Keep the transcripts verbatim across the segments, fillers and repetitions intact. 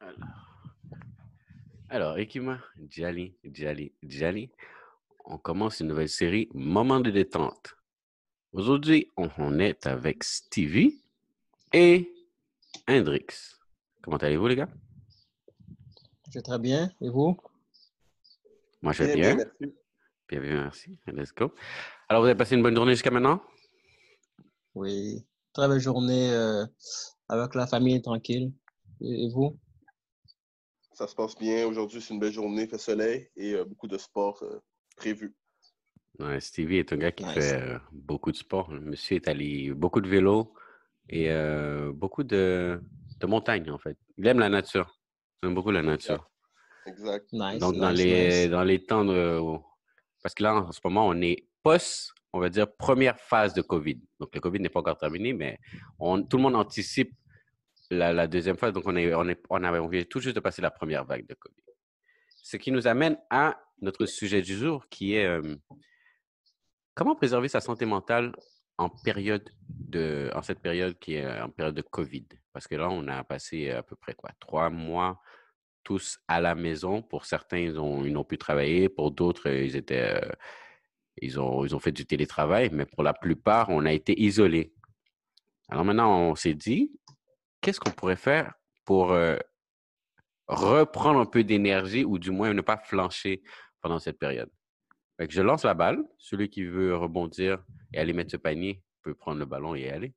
Alors, alors Ekima, Djali, Djali, Djali, on commence une nouvelle série, Moment de détente. Aujourd'hui, on, on est avec Stevie et Hendrix. Comment allez-vous, les gars? Je vais très bien. Et vous? Moi, je vais Bien, bien, bien. merci. Bien, bien, merci. Let's go. Alors, vous avez passé une bonne journée jusqu'à maintenant? Oui. Très belle journée euh, avec la famille tranquille. Et, et vous? Ça se passe bien. Aujourd'hui, c'est une belle journée, il fait soleil et euh, beaucoup de sport euh, prévu. Ouais, Stevie est un gars qui Nice. fait euh, beaucoup de sport. Le monsieur est allé beaucoup de vélo et euh, beaucoup de, de montagne, en fait. Il aime la nature. Il aime beaucoup la Exact, nature. exact. Nice, Donc, dans nice, les, nice. dans les temps de... Parce que là, en ce moment, on est post, on va dire, première phase de COVID. Donc, le COVID n'est pas encore terminé, mais on, tout le monde anticipe la, la deuxième phase. Donc, on, est, on, est, on, avait, on vient tout juste de passer la première vague de COVID. Ce qui nous amène à notre sujet du jour, qui est euh, comment préserver sa santé mentale en période de, en cette période qui est en période de COVID. Parce que là, on a passé à peu près quoi, trois mois tous à la maison. Pour certains, ils ont, ils n'ont pu travailler. Pour d'autres, ils étaient, euh, ils ont, ils ont fait du télétravail. Mais pour la plupart, on a été isolés. Alors maintenant, on s'est dit, qu'est-ce qu'on pourrait faire pour euh, reprendre un peu d'énergie ou du moins ne pas flancher pendant cette période? Fait que je lance la balle. Celui qui veut rebondir et aller mettre ce panier peut prendre le ballon et y aller.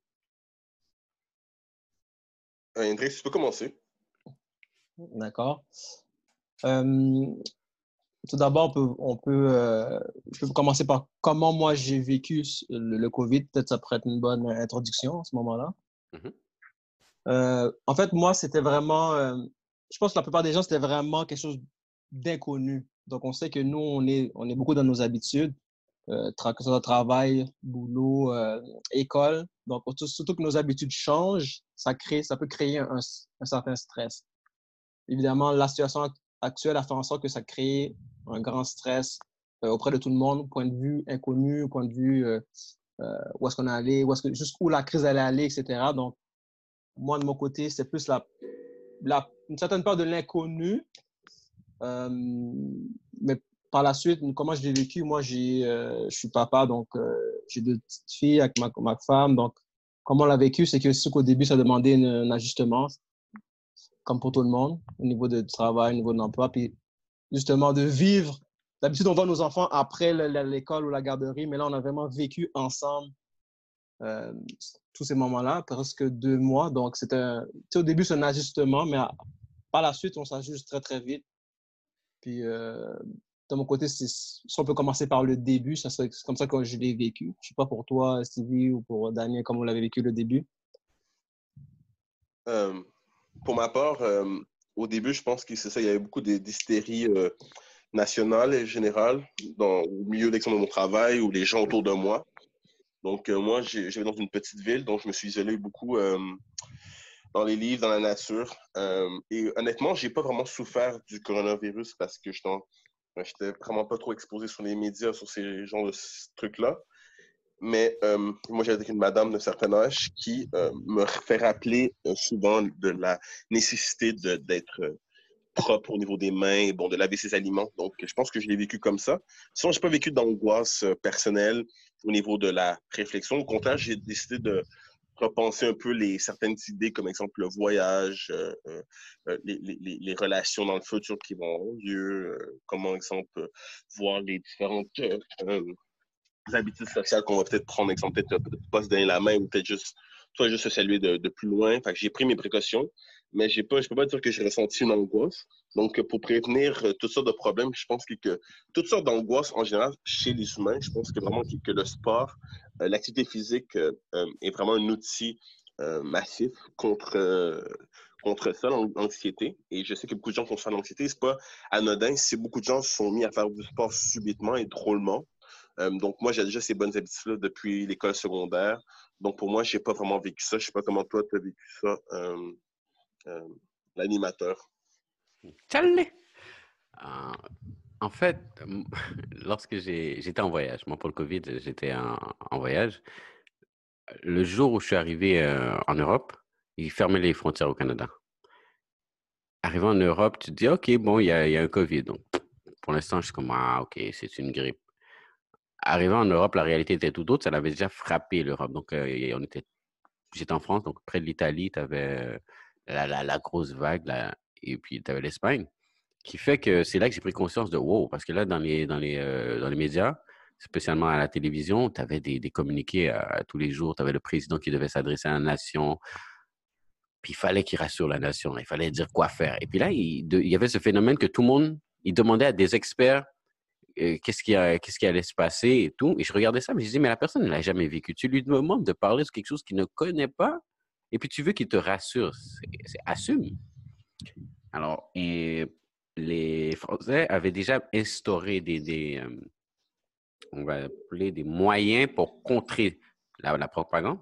Euh, Hendrix, tu peux commencer. D'accord. Euh, Tout d'abord, on peut, on peut, euh, je peux commencer par comment moi j'ai vécu le, le COVID. Peut-être ça pourrait être une bonne introduction à ce moment-là. Mhm. Euh, en fait, moi, c'était vraiment, euh, je pense que la plupart des gens, c'était vraiment quelque chose d'inconnu. Donc, on sait que nous, on est, on est beaucoup dans nos habitudes, euh, tra- que ce soit travail, boulot, euh, école. Donc, surtout que nos habitudes changent, ça crée, ça peut créer un, un certain stress. Évidemment, la situation actuelle a fait en sorte que ça crée un grand stress euh, auprès de tout le monde, point de vue inconnu, point de vue euh, euh, où est-ce qu'on est allé, où est-ce que, jusqu'où la crise allait aller, et cetera. Donc, moi, de mon côté, c'est plus la, la, une certaine part de l'inconnu. Euh, mais par la suite, comment je l'ai vécu, moi, j'ai, euh, je suis papa, donc euh, j'ai deux petites filles avec ma, ma femme. Donc, comment on l'a vécu, c'est que c'est qu'au début, ça demandait une, un ajustement, comme pour tout le monde, au niveau de, du travail, au niveau de l'emploi. Puis, justement, de vivre. D'habitude, on voit nos enfants après l'école ou la garderie, mais là, on a vraiment vécu ensemble euh, tous ces moments-là, presque deux mois. Donc, c'était, au début, c'est un ajustement, mais à, par la suite, on s'ajuste très, très vite. Puis, euh, de mon côté, si on peut commencer par le début, ça serait comme ça que je l'ai vécu. Je ne sais pas pour toi, Stevie, ou pour Daniel, comment vous l'avez vécu le début. Euh, pour ma part, euh, au début, je pense que c'est ça, il y avait beaucoup d'hystérie euh, nationale et générale dans, au milieu de mon travail ou les gens autour de moi. Donc, euh, moi, j'étais dans une petite ville, donc je me suis isolé beaucoup euh, dans les livres, dans la nature. Euh, et honnêtement, j'ai pas vraiment souffert du coronavirus parce que j'étais j'étais vraiment pas trop exposé sur les médias, sur ces genres de trucs-là. Mais euh, moi, j'avais une madame de certain âge qui euh, me fait rappeler euh, souvent de la nécessité d'être euh, propre au niveau des mains, bon, de laver ses aliments. Donc, je pense que je l'ai vécu comme ça. Sinon, j'ai pas vécu d'angoisse euh, personnelle au niveau de la réflexion. Au contraire, j'ai décidé de repenser un peu les certaines idées, comme exemple le voyage, euh, euh, les, les, les relations dans le futur qui vont avoir lieu, euh, comment exemple euh, voir les différentes euh, euh, habitudes sociales qu'on va peut-être prendre, exemple peut-être peut pas se donner la main ou peut-être juste toi juste se saluer de, de plus loin. Fait que j'ai pris mes précautions, mais j'ai pas, je peux pas dire que j'ai ressenti une angoisse. Donc pour prévenir euh, toutes sortes de problèmes, je pense que, que toutes sortes d'angoisses en général chez les humains, je pense que vraiment que, que le sport, euh, l'activité physique euh, euh, est vraiment un outil euh, massif contre euh, contre ça, l'anxiété. Et je sais que beaucoup de gens font ça l'anxiété. C'est pas anodin si beaucoup de gens se sont mis à faire du sport subitement et drôlement. Euh, donc, moi, j'ai déjà ces bonnes habitudes-là depuis l'école secondaire. Donc, pour moi, je n'ai pas vraiment vécu ça. Je ne sais pas comment toi, tu as vécu ça, euh, euh, l'animateur. Tchalle! Euh, en fait, lorsque j'ai, j'étais en voyage, moi pour le COVID, j'étais en, en voyage. Le jour où je suis arrivé euh, en Europe, ils fermaient les frontières au Canada. arrivé en Europe, tu te dis, OK, bon, il y a, il y a un COVID. Donc, pour l'instant, je suis comme, ah, OK, c'est une grippe. Arrivé en Europe, la réalité était tout autre. Ça l'avait déjà frappé l'Europe. Donc, euh, on était, j'étais en France, donc près de l'Italie, tu avais la, la, la grosse vague, là, et puis tu avais l'Espagne, qui fait que c'est là que j'ai pris conscience de wow, parce que là, dans les, dans les, euh, dans les médias, spécialement à la télévision, tu avais des, des communiqués à, à tous les jours. Tu avais le président qui devait s'adresser à la nation. Puis il fallait qu'il rassure la nation. Il fallait dire quoi faire. Et puis là, il, de, il y avait ce phénomène que tout le monde, il demandait à des experts euh, qu'est-ce qui, a, qu'est-ce qui allait se passer et tout. Et je regardais ça, mais je disais, mais la personne ne l'a jamais vécu. Tu lui demandes de parler sur quelque chose qu'il ne connaît pas, et puis tu veux qu'il te rassure. C'est, c'est assume. Alors, et les Français avaient déjà instauré des, des euh, on va appeler des moyens pour contrer la, la propagande,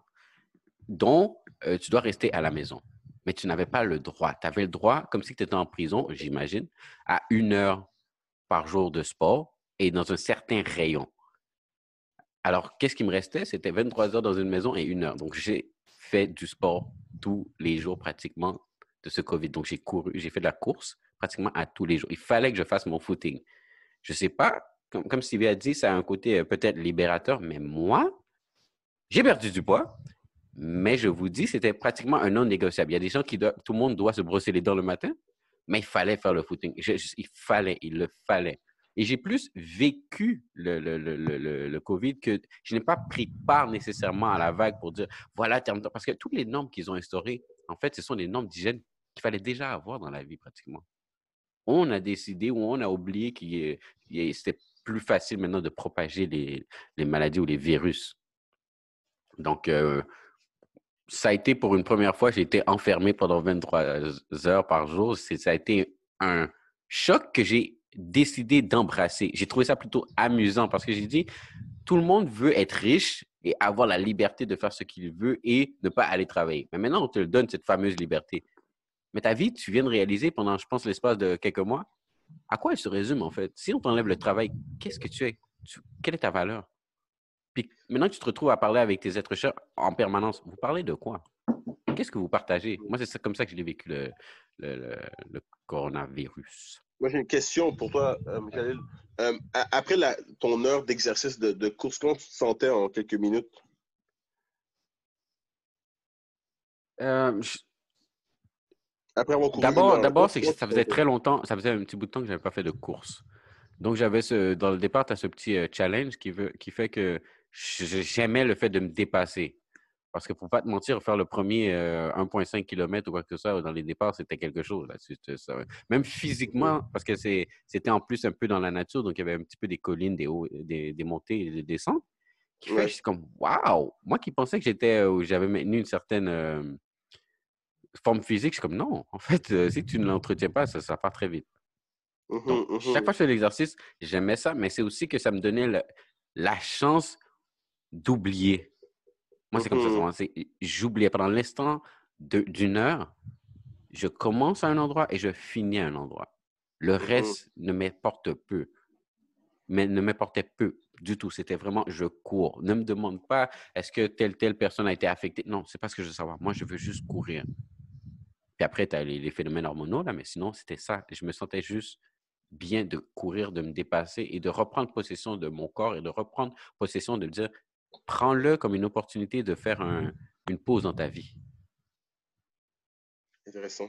dont euh, tu dois rester à la maison. Mais tu n'avais pas le droit. Tu avais le droit, comme si tu étais en prison, j'imagine, à une heure par jour de sport et dans un certain rayon. Alors, qu'est-ce qui me restait? C'était vingt-trois heures dans une maison et une heure. Donc, j'ai fait du sport tous les jours pratiquement de ce COVID. Donc, j'ai couru, j'ai fait de la course pratiquement à tous les jours. Il fallait que je fasse mon footing. Je ne sais pas, comme, comme Sylvie a dit, ça a un côté euh, peut-être libérateur, mais moi, j'ai perdu du poids. Mais je vous dis, c'était pratiquement un non négociable. Il y a des gens qui doivent, tout le monde doit se brosser les dents le matin, mais il fallait faire le footing. Je, je, il fallait, il le fallait. Et j'ai plus vécu le, le, le, le, le COVID que je n'ai pas pris part nécessairement à la vague pour dire, voilà, parce que toutes les normes qu'ils ont instaurées, en fait, ce sont des normes d'hygiène qu'il fallait déjà avoir dans la vie pratiquement. On a décidé ou on a oublié que c'était plus facile maintenant de propager les, les maladies ou les virus. Donc, euh, ça a été pour une première fois, j'ai été enfermé pendant vingt-trois heures par jour. C'est, ça a été un choc que j'ai décidé d'embrasser. J'ai trouvé ça plutôt amusant parce que j'ai dit, tout le monde veut être riche et avoir la liberté de faire ce qu'il veut et ne pas aller travailler. Mais maintenant, on te donne cette fameuse liberté. Mais ta vie, tu viens de réaliser pendant, je pense, l'espace de quelques mois, à quoi elle se résume en fait? Si on t'enlève le travail, qu'est-ce que tu es? Tu, quelle est ta valeur? Puis maintenant que tu te retrouves à parler avec tes êtres chers en permanence, vous parlez de quoi? Qu'est-ce que vous partagez? Moi, c'est comme ça que je l'ai vécu, le, le, le, le coronavirus. Moi, j'ai une question pour toi, euh, Khalil. Euh, après la, ton heure d'exercice de, de course, comment tu te sentais en quelques minutes? Euh, je... Après avoir couru D'abord, une heure, d'abord c'est que ça faisait très longtemps, ça faisait un petit bout de temps que je n'avais pas fait de course. Donc, j'avais ce, dans le départ, tu as ce petit euh, challenge qui, veut, qui fait que j'aimais le fait de me dépasser. Parce que pour ne pas te mentir, faire le premier euh, un virgule cinq kilomètres ou quoi que ce soit dans les départs, c'était quelque chose. Là. Ça, même physiquement, parce que c'était en plus un peu dans la nature, donc il y avait un petit peu des collines, des, hauts, des, des montées et des descentes, qui fait ouais. que je suis comme, waouh! Moi qui pensais que j'étais, euh, j'avais maintenu une certaine euh, forme physique, je suis comme, non, en fait, euh, si tu ne l'entretiens pas, ça, ça part très vite. Donc, mmh, mmh. chaque fois que je fais l'exercice, j'aimais ça, mais c'est aussi que ça me donnait le, la chance d'oublier. Moi, c'est mmh. comme ça. J'oubliais pendant l'instant d'une heure, je commence à un endroit et je finis à un endroit. Le reste mmh. ne m'importe peu, mais ne m'importait peu du tout. C'était vraiment, je cours. Ne me demande pas, est-ce que telle, telle personne a été affectée? Non, c'est pas ce que je veux savoir. Moi, je veux juste courir. Puis après, tu as les, les phénomènes hormonaux, là, mais sinon, c'était ça. Je me sentais juste bien de courir, de me dépasser et de reprendre possession de mon corps et de reprendre possession de dire, prends-le comme une opportunité de faire un, une pause dans ta vie. Intéressant.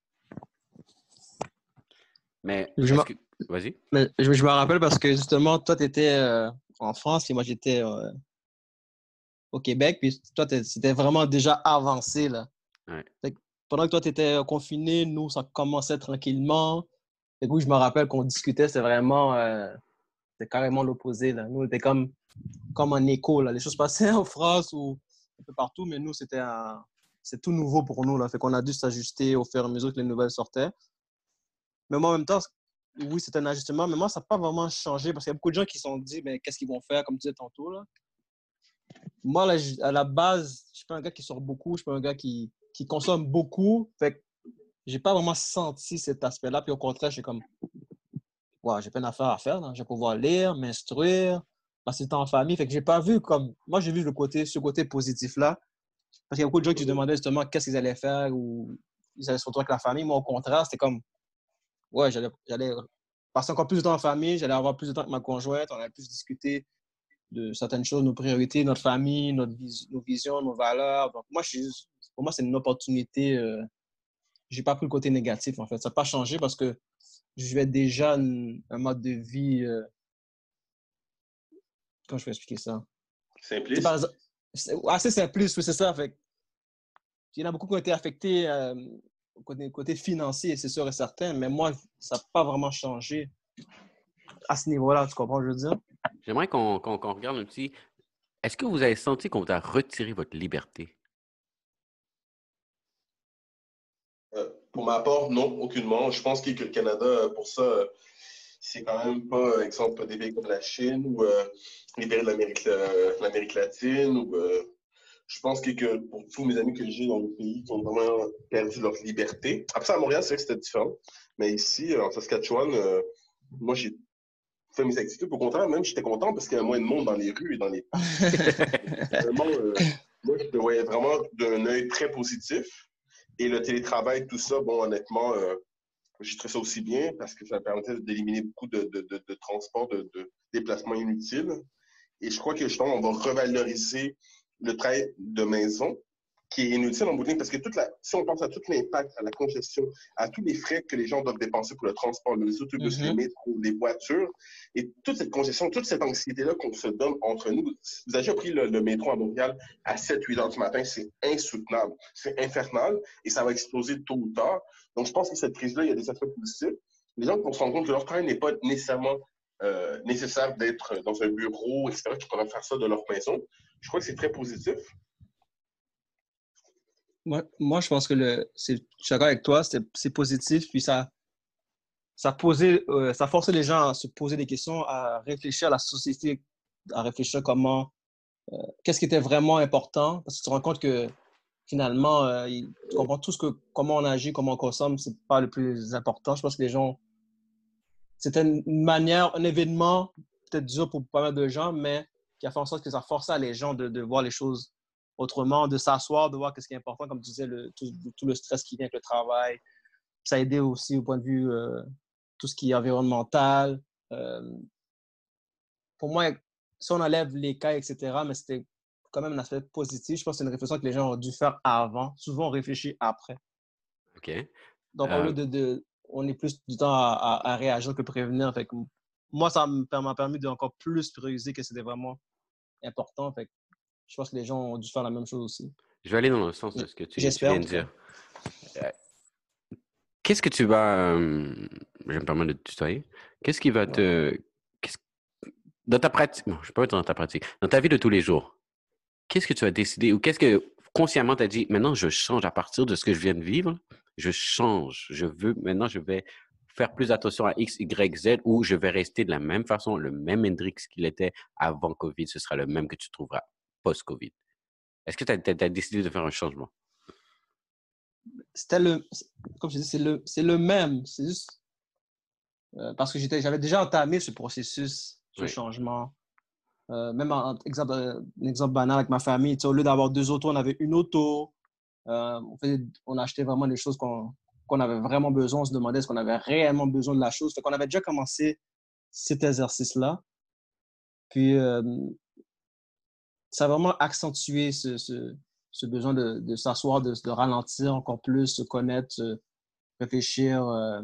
Mais, je que... vas-y. Mais je, je me rappelle parce que justement, toi, tu étais euh, en France et moi, j'étais euh, au Québec. Puis toi, c'était vraiment déjà avancé, là. Ouais. Pendant que toi, tu étais confiné, nous, ça commençait tranquillement. Et puis, je me rappelle qu'on discutait, c'était vraiment... Euh, c'était carrément l'opposé, là. Nous, on était comme, comme en écho, là. Les choses passaient en France ou un peu partout, mais nous, c'était un... c'est tout nouveau pour nous, là. Fait qu'on a dû s'ajuster au fur et à mesure que les nouvelles sortaient. Mais moi, en même temps, oui, c'est un ajustement, mais moi, ça n'a pas vraiment changé parce qu'il y a beaucoup de gens qui se sont dit, ben, qu'est-ce qu'ils vont faire, comme tu disais tantôt, là. Moi, là, à la base, je ne suis pas un gars qui sort beaucoup, je ne suis pas un gars qui, qui consomme beaucoup. Fait que je n'ai pas vraiment senti cet aspect-là. Puis au contraire, je suis comme, ouais, j'ai plein d'affaires à faire, là. Je vais pouvoir lire, m'instruire, passer du temps en famille. Fait que j'ai pas vu comme, moi, j'ai vu le côté, ce côté positif-là. Parce qu'il y a beaucoup de gens qui se demandaient justement qu'est-ce qu'ils allaient faire ou ils allaient se retrouver avec la famille. Moi, au contraire, c'était comme, ouais, j'allais, j'allais passer encore plus de temps en famille, j'allais avoir plus de temps avec ma conjointe, on allait plus discuter de certaines choses, nos priorités, notre famille, notre vis- nos visions, nos valeurs. Donc, moi, je suis, juste- pour moi, c'est une opportunité. Euh, j'ai pas pris le côté négatif, en fait. Ça n'a pas changé parce que je vivais déjà une- un mode de vie. Euh, comment je peux expliquer ça? C'est par Simpliste. exemple, c'est assez simpliste, oui, c'est ça. Fait, il y en a beaucoup qui ont été affectés euh, côté, côté financier, c'est sûr et certain, mais moi, ça n'a pas vraiment changé à ce niveau-là, tu comprends ce que je veux dire? J'aimerais qu'on qu'on qu'on regarde un petit. Est-ce que vous avez senti qu'on vous a retiré votre liberté? Euh, pour ma part, non, aucunement. Je pense que le Canada, euh, pour ça, euh, c'est quand même pas, par exemple, des pays comme la Chine ou euh, les pays de l'Amérique, euh, l'Amérique latine. Ou, euh, je pense que, que pour tous mes amis que j'ai dans le pays qui ont vraiment perdu leur liberté. Après ça, à Montréal, c'est vrai que c'était différent. Mais ici, euh, en Saskatchewan, euh, moi, j'ai fait mes activités. Au contraire, même, j'étais content parce qu'il y a moins de monde dans les rues et dans les parcs. Vraiment, euh, moi, je le voyais vraiment d'un œil très positif. Et le télétravail, tout ça, bon, honnêtement, euh, j'ai trouvé ça aussi bien parce que ça permettait d'éliminer beaucoup de, de, de, de transports, de, de déplacements inutiles. Et je crois que justement, on va revaloriser le travail de maison qui est inutile en bout de ligne parce que toute la, si on pense à tout l'impact, à la congestion, à tous les frais que les gens doivent dépenser pour le transport, les autobus, les Mhm. métros, les voitures, et toute cette congestion, toute cette anxiété-là qu'on se donne entre nous. Vous avez déjà pris le, le métro à Montréal à sept huit heures du matin, c'est insoutenable, c'est infernal et ça va exploser tôt ou tard. Donc, je pense que cette crise-là, il y a des aspects positifs. Les gens vont se rendre compte que leur travail n'est pas nécessairement euh, nécessaire d'être dans un bureau, et cetera, qui pourraient faire ça de leur maison. Je crois que c'est très positif. Moi, moi, je pense que le, c'est, je suis d'accord avec toi, c'est, c'est positif, puis ça, ça, posait, euh, ça forçait les gens à se poser des questions, à réfléchir à la société, à réfléchir comment, euh, qu'est-ce qui était vraiment important, parce que tu te rends compte que finalement, euh, il- tu comprends tout ce que, comment on agit, comment on consomme, c'est pas le plus important. Je pense que les gens, c'était une manière, un événement peut-être dur pour pas mal de gens, mais qui a fait en sorte que ça forçait les gens de, de voir les choses autrement, de s'asseoir, de voir ce qui est important, comme tu disais, le, tout, tout, le stress qui vient avec le travail. Ça a aidé aussi au point de vue euh, tout ce qui est environnemental. Euh, pour moi, si on enlève les cas, et cetera, mais c'était quand même un aspect positif. Je pense que c'est une réflexion que les gens ont dû faire avant. Souvent, on réfléchit après. OK. Donc, au Euh, lieu de, de on est plus du temps à, à, à réagir que prévenir. Fait que moi, ça m'a permis de encore plus prioriser que c'était vraiment important. Fait que je pense que les gens ont dû faire la même chose aussi. je vais aller dans le sens de ce que tu, tu J'espère, viens en de tout cas. dire. Euh, Qu'est-ce que tu vas... euh, je vais me permettre de te tutoyer. Qu'est-ce qui va Ouais. te... qu'est-ce- dans ta pratique... Bon, je peux pas dire dans ta pratique. Dans ta vie de tous les jours, qu'est-ce que tu as décidé ou qu'est-ce que consciemment tu as dit, maintenant je change à partir de ce que je viens de vivre, je change, je veux, maintenant je vais faire plus attention à X, Y, Z ou je vais rester de la même façon, le même Hendrix qu'il était avant COVID, ce sera le même que tu trouveras post-COVID. Est-ce que tu as, décidé de faire un changement? C'était le, comme je dis, c'est le, c'est le même. C'est juste euh, parce que j'étais, j'avais déjà entamé ce processus, ce Oui. changement. Euh, même en exemple, euh, un exemple banal avec ma famille, au lieu d'avoir deux autos, on avait une auto. Euh, on, faisait, on achetait vraiment des choses qu'on qu'on avait vraiment besoin. On se demandait est-ce qu'on avait réellement besoin de la chose. Fait qu'on avait déjà commencé cet exercice-là. Puis, euh, ça a vraiment accentué ce, ce, ce besoin de, de s'asseoir, de, de ralentir encore plus, se connaître, euh, réfléchir. Euh,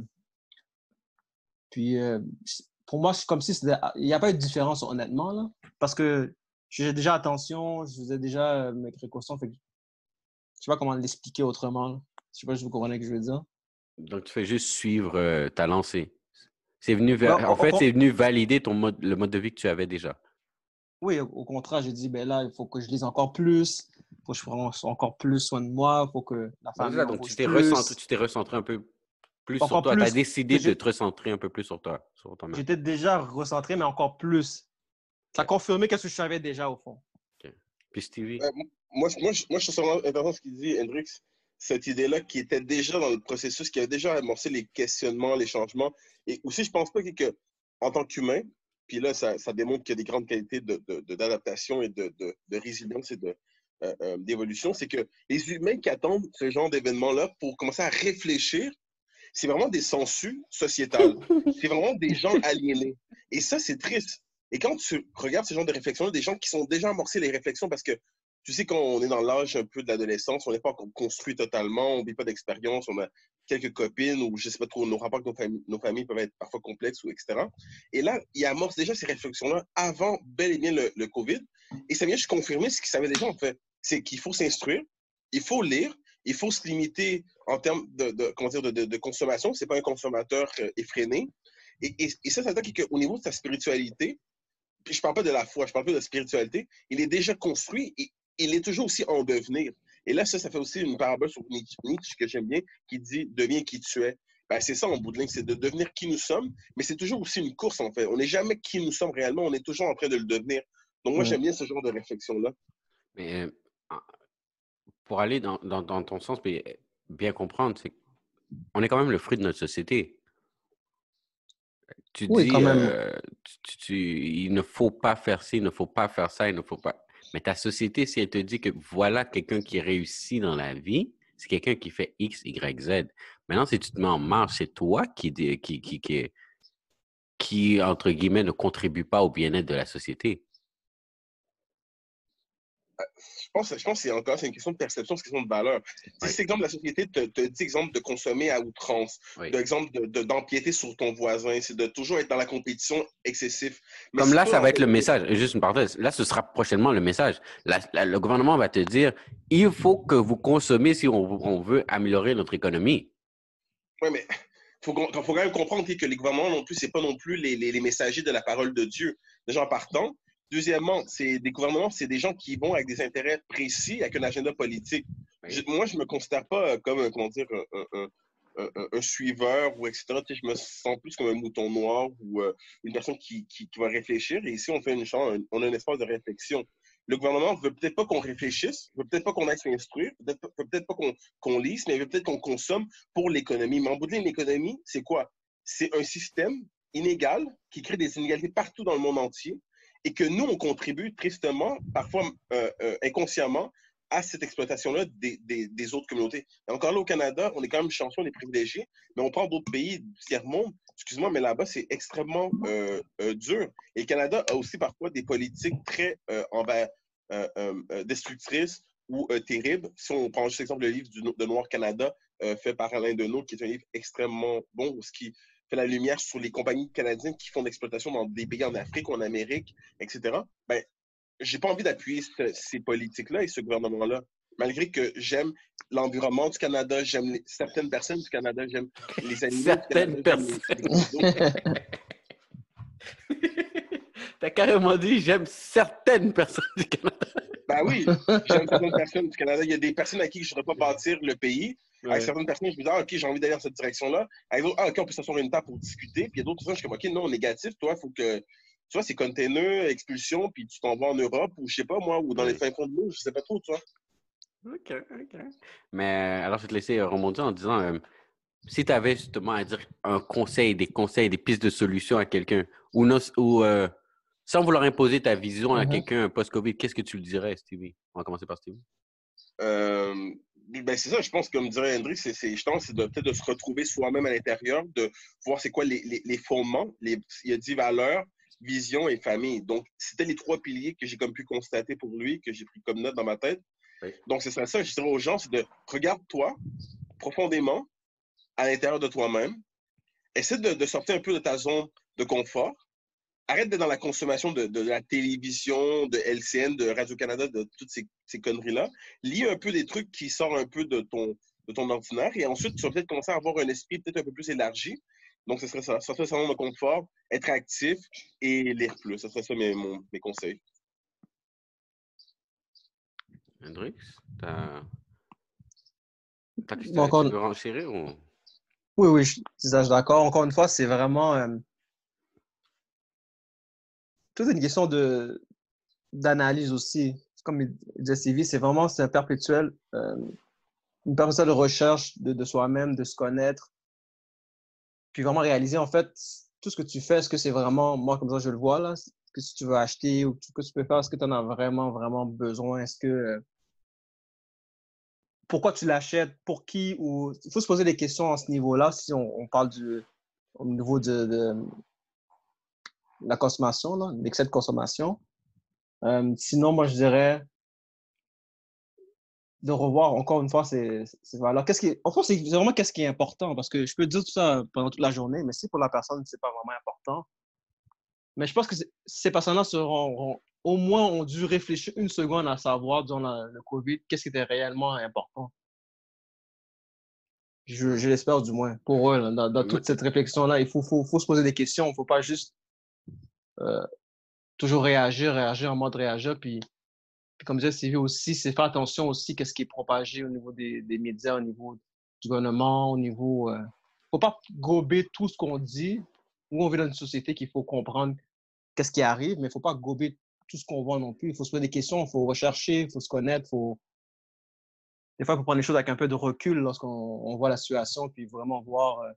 puis, euh, pour moi, c'est comme si c'était... il n'y a pas eu de différence, honnêtement, là, parce que je faisais déjà attention, je faisais déjà euh, mes précautions. Fait que je ne sais pas comment l'expliquer autrement. Là. Je ne sais pas si vous comprenez ce que je veux dire. Donc, tu fais juste suivre euh, ta lancée. C'est venu, Ouais, en au, fait, au, c'est venu valider ton mode, le mode de vie que tu avais déjà. oui, au contraire, j'ai dit, ben là, il faut que je lise encore plus, il faut que je prenne encore plus soin de moi, il faut que la Donc, c'est famille ça. en Donc, tu bouge t'es recentré, plus. tu t'es recentré un peu plus sur Encore toi. Tu as plus que décidé de j'ai- te recentrer un peu plus sur toi, sur toi-même. j'étais déjà recentré, mais encore plus. Ça a OK. confirmé ce que je savais déjà, au fond. OK. Puis Stevie? Euh, moi, moi, je, moi, je trouve ça vraiment intéressant ce qu'il dit, Hendrix. Cette idée-là qui était déjà dans le processus, qui avait déjà amorcé les questionnements, les changements. Et aussi, je pense pas que, que en tant qu'humain, puis là, ça, ça démontre qu'il y a des grandes qualités de, de, de, d'adaptation et de, de, de résilience et de, euh, euh, d'évolution, c'est que les humains qui attendent ce genre d'événement-là pour commencer à réfléchir, c'est vraiment des sangsues sociétales. C'est vraiment des gens aliénés. Et ça, c'est triste. Et quand tu regardes ce genre de réflexions, des gens qui sont déjà amorcés les réflexions, parce que tu sais, quand on est dans l'âge un peu de l'adolescence, on n'est pas encore construit totalement, on ne vit pas d'expérience, on a quelques copines ou je ne sais pas trop, nos rapports avec nos familles, nos familles peuvent être parfois complexes ou et cetera. Et là, il amorce déjà ces réflexions-là avant bel et bien le, le COVID. Et ça vient juste confirmer ce qu'ils savaient déjà en fait. C'est qu'il faut s'instruire, il faut lire, il faut se limiter en termes de, de, comment dire, de, de, de consommation. Ce n'est pas un consommateur euh, effréné. Et, et, et ça, ça veut dire qu'au niveau de sa spiritualité, puis je ne parle pas de la foi, je parle pas de la spiritualité, il est déjà construit et il est toujours aussi en devenir. Et là, ça, ça fait aussi une parabole sur Nietzsche, Nietzsche que j'aime bien, qui dit « deviens qui tu es ». Ben, c'est ça en bout de ligne, c'est de devenir qui nous sommes, mais c'est toujours aussi une course en fait. On n'est jamais qui nous sommes réellement, on est toujours en train de le devenir. Donc moi, Mm. j'aime bien ce genre de réflexion-là. Mais euh, pour aller dans, dans, dans ton sens, mais bien comprendre, c'est qu'on est quand même le fruit de notre société. Tu Oui, dis, quand même. euh, tu, tu, il ne faut pas faire ci, il ne faut pas faire ça, il ne faut pas... Mais ta société, si elle te dit que voilà quelqu'un qui réussit dans la vie, c'est quelqu'un qui fait X, Y, Z. Maintenant, si tu te mets en marche, c'est toi qui, qui, qui, qui, qui, entre guillemets, ne contribue pas au bien-être de la société. Je pense, je pense que c'est encore c'est une question de perception, c'est une question de valeur. Oui. Si, exemple, la société te, te dit, exemple, de consommer à outrance, Oui. d'exemple, de, de, d'empiéter sur ton voisin, c'est de toujours être dans la compétition excessive. Mais Comme si là, toi, ça en va être le réalité, message. Juste une parenthèse. Là, ce sera prochainement le message. La, la, le gouvernement va te dire, il faut que vous consommez si on, on veut améliorer notre économie. Oui, mais il faut, faut quand même comprendre que les gouvernements non plus, c'est pas non plus les, les, les messagers de la parole de Dieu. Déjà en partant. Deuxièmement, c'est des gouvernements, c'est des gens qui vont avec des intérêts précis, avec un agenda politique. Oui. Je, moi, je me considère pas comme, comment dire, un, un, un, un, un suiveur ou et cetera. Tu sais, je me sens plus comme un mouton noir ou euh, une personne qui, qui, qui va réfléchir. Et ici, on fait une chance, on a un espace de réflexion. Le gouvernement veut peut-être pas qu'on réfléchisse, veut peut-être pas qu'on aille s'instruire, peut-être peut peut-être pas qu'on qu'on lise, mais veut peut-être qu'on consomme pour l'économie. Mais en bout de ligne, l'économie, c'est quoi? C'est un système inégal qui crée des inégalités partout dans le monde entier et que nous, on contribue tristement, parfois euh, euh, inconsciemment, à cette exploitation-là des, des, des autres communautés. Et encore là, au Canada, on est quand même chanceux, on est privilégiés, mais on prend d'autres pays du tiers-monde, excuse-moi, mais là-bas, c'est extrêmement euh, euh, dur. Et le Canada a aussi parfois des politiques très euh, envers, euh, euh, destructrices ou euh, terribles. Si on prend juste l'exemple le livre du, de Noir Canada, euh, fait par Alain Deneau, qui est un livre extrêmement bon, ce qui fait la lumière sur les compagnies canadiennes qui font de l'exploitation dans des pays en Afrique ou en Amérique, et cetera, ben, j'ai pas envie d'appuyer ce, ces politiques-là et ce gouvernement-là. Malgré que j'aime l'environnement du Canada, j'aime les, certaines personnes du Canada, j'aime les animaux certaines du Canada, personnes. Les, T'as carrément dit, j'aime certaines personnes du Canada. Ben oui, j'aime certaines personnes du Canada. Il y a des personnes à qui je ne voudrais pas bâtir le pays. Ouais. Avec certaines personnes, je me dis, ah, OK, j'ai envie d'aller dans cette direction-là. Avec d'autres, ah, OK, on peut s'asseoir une table pour discuter. Puis il y a d'autres personnes, je suis comme, OK, non, négatif, toi, il faut que. Tu vois, c'est container, expulsion, puis tu t'en vas en Europe, ou je sais pas, moi, ou dans ouais. les fins fonds de l'eau, je sais pas trop, tu vois. OK, OK. Mais alors, je vais te laisser rebondir en disant, euh, si tu avais justement à dire un conseil, des conseils, des pistes de solutions à quelqu'un, ou, non, ou euh, sans vouloir imposer ta vision à mm-hmm. quelqu'un post-COVID, qu'est-ce que tu le dirais, Stevie? On va commencer par Stevie. Euh, ben c'est ça, je pense, comme dirait Hendrik, c'est, c'est, je pense, c'est de, peut-être de se retrouver soi-même à l'intérieur, de voir c'est quoi les, les, les fondements. Les, il y a dix valeurs, vision et famille. Donc, c'était les trois piliers que j'ai comme pu constater pour lui, que j'ai pris comme note dans ma tête. Oui. Donc, c'est ça, ça, je dirais aux gens, c'est de regarde-toi profondément à l'intérieur de toi-même. Essaie de, de sortir un peu de ta zone de confort. Arrête d'être dans la consommation de, de la télévision, de L C N, de Radio-Canada, de toutes ces, ces conneries-là. Lis un peu des trucs qui sortent un peu de ton, de ton ordinaire et ensuite, tu vas peut-être commencer à avoir un esprit peut-être un peu plus élargi. Donc, ce serait ça. Sortir de sa zone de confort, être actif et lire plus. Ce serait ça mes, mon, mes conseils. Hendrik, t'as... T'as que bon, tu veux renchérir ou... Oui, oui, je, je suis d'accord. Encore une fois, c'est vraiment... Euh... toute une question de, d'analyse aussi. Comme disait Sylvie, c'est vraiment c'est un perpétuel, euh, une perpétuelle recherche de, de soi-même, de se connaître, puis vraiment réaliser, en fait, tout ce que tu fais, est-ce que c'est vraiment, moi, comme ça, je le vois, là, que si tu veux acheter ou tout ce que tu peux faire, est-ce que tu en as vraiment, vraiment besoin? Est-ce que, euh, pourquoi tu l'achètes, pour qui, ou il faut se poser des questions à ce niveau-là si on, on parle du, au niveau de, de la consommation, là, l'excès de consommation. Euh, sinon, moi, je dirais de revoir encore une fois ces, ces valeurs. Qu'est-ce qui est, en fait, c'est vraiment qu'est-ce qui est important, parce que je peux dire tout ça pendant toute la journée, mais si pour la personne, c'est pas vraiment important. Mais je pense que ces personnes-là seront, au moins ont dû réfléchir une seconde à savoir, durant la, le COVID, qu'est-ce qui était réellement important. Je, je l'espère du moins, pour eux, là, dans, dans toute cette réflexion-là, il faut, faut, faut se poser des questions, il ne faut pas juste euh, toujours réagir, réagir en mode réagir, puis Puis comme disait Sylvie aussi, c'est faire attention aussi à ce qui est propagé au niveau des, des médias, au niveau du gouvernement, au niveau... Il euh, ne faut pas gober tout ce qu'on dit. Nous, on vit dans une société qu'il faut comprendre qu'est-ce qui arrive, mais il ne faut pas gober tout ce qu'on voit non plus. Il faut se poser des questions, il faut rechercher, il faut se connaître. Faut... Des fois, il faut prendre les choses avec un peu de recul lorsqu'on on voit la situation, puis vraiment voir euh,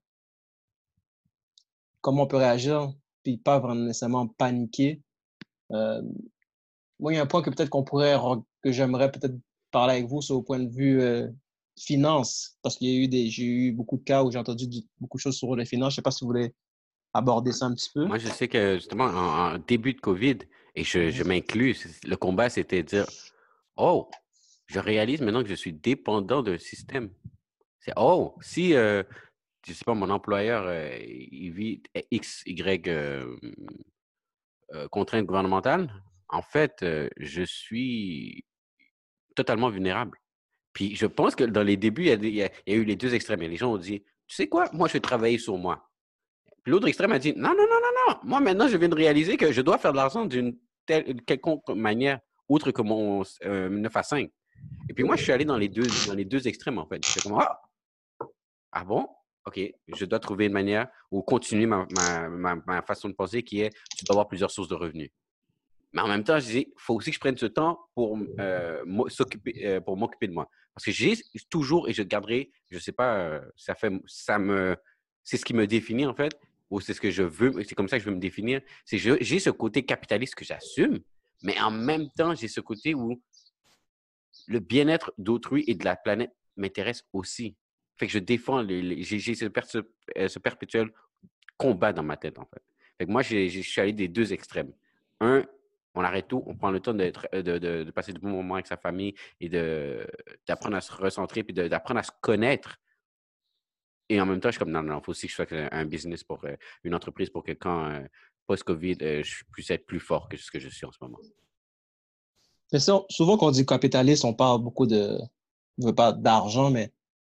comment on peut réagir, puis pas vraiment nécessairement paniquer. Euh, Moi, il y a un point que peut-être qu'on pourrait, que j'aimerais peut-être parler avec vous, c'est au point de vue euh, finance, parce qu'il y a eu des, j'ai eu beaucoup de cas où j'ai entendu du- beaucoup de choses sur les finances. Je ne sais pas si vous voulez aborder ça un petit peu. Moi, je sais que justement, en, en début de COVID, et je, je m'inclus, le combat, c'était de dire, oh, je réalise maintenant que je suis dépendant d'un système. C'est, oh, si, euh, je sais pas, mon employeur, euh, il vit X, Y euh, euh, contraintes gouvernementales, en fait, euh, je suis totalement vulnérable. Puis je pense que dans les débuts, il y, a, des- il y a- il y a eu les deux extrêmes. Et les gens ont dit, tu sais quoi, moi, je vais travailler sur moi. Puis l'autre extrême a dit, non, non, non, non, non, moi, maintenant, je viens de réaliser que je dois faire de l'argent d'une telle, une quelconque manière, outre que mon euh, neuf à cinq. Et puis moi, je suis allé dans les deux, dans les deux extrêmes, en fait. J'étais comme, ah, ah bon? OK, je dois trouver une manière ou continuer ma, ma, ma, ma façon de penser qui est, tu dois avoir plusieurs sources de revenus. Mais en même temps, je dis, il faut aussi que je prenne ce temps pour euh, s'occuper, euh, pour m'occuper de moi. Parce que j'ai toujours, et je garderai, je ne sais pas, euh, ça fait, ça me, c'est ce qui me définit en fait, ou c'est ce que je veux, c'est comme ça que je veux me définir. C'est que j'ai ce côté capitaliste que j'assume, mais en même temps, j'ai ce côté où le bien-être d'autrui et de la planète m'intéresse aussi. Fait que je défends, les, les, j'ai ce, per, ce, ce perpétuel combat dans ma tête en fait. Fait que moi, je suis allé des deux extrêmes. Un, on arrête tout, on prend le temps de, de, de, de passer de bons moments avec sa famille et d'apprendre à se recentrer puis d'apprendre à se connaître. Et en même temps, je suis comme, non, non, il faut aussi que je fasse un, un business pour euh, une entreprise pour que quand, euh, post-COVID, euh, je puisse être plus fort que ce que je suis en ce moment. Mais ça, souvent, quand on dit capitaliste, on parle beaucoup de, je veux pas d'argent, mais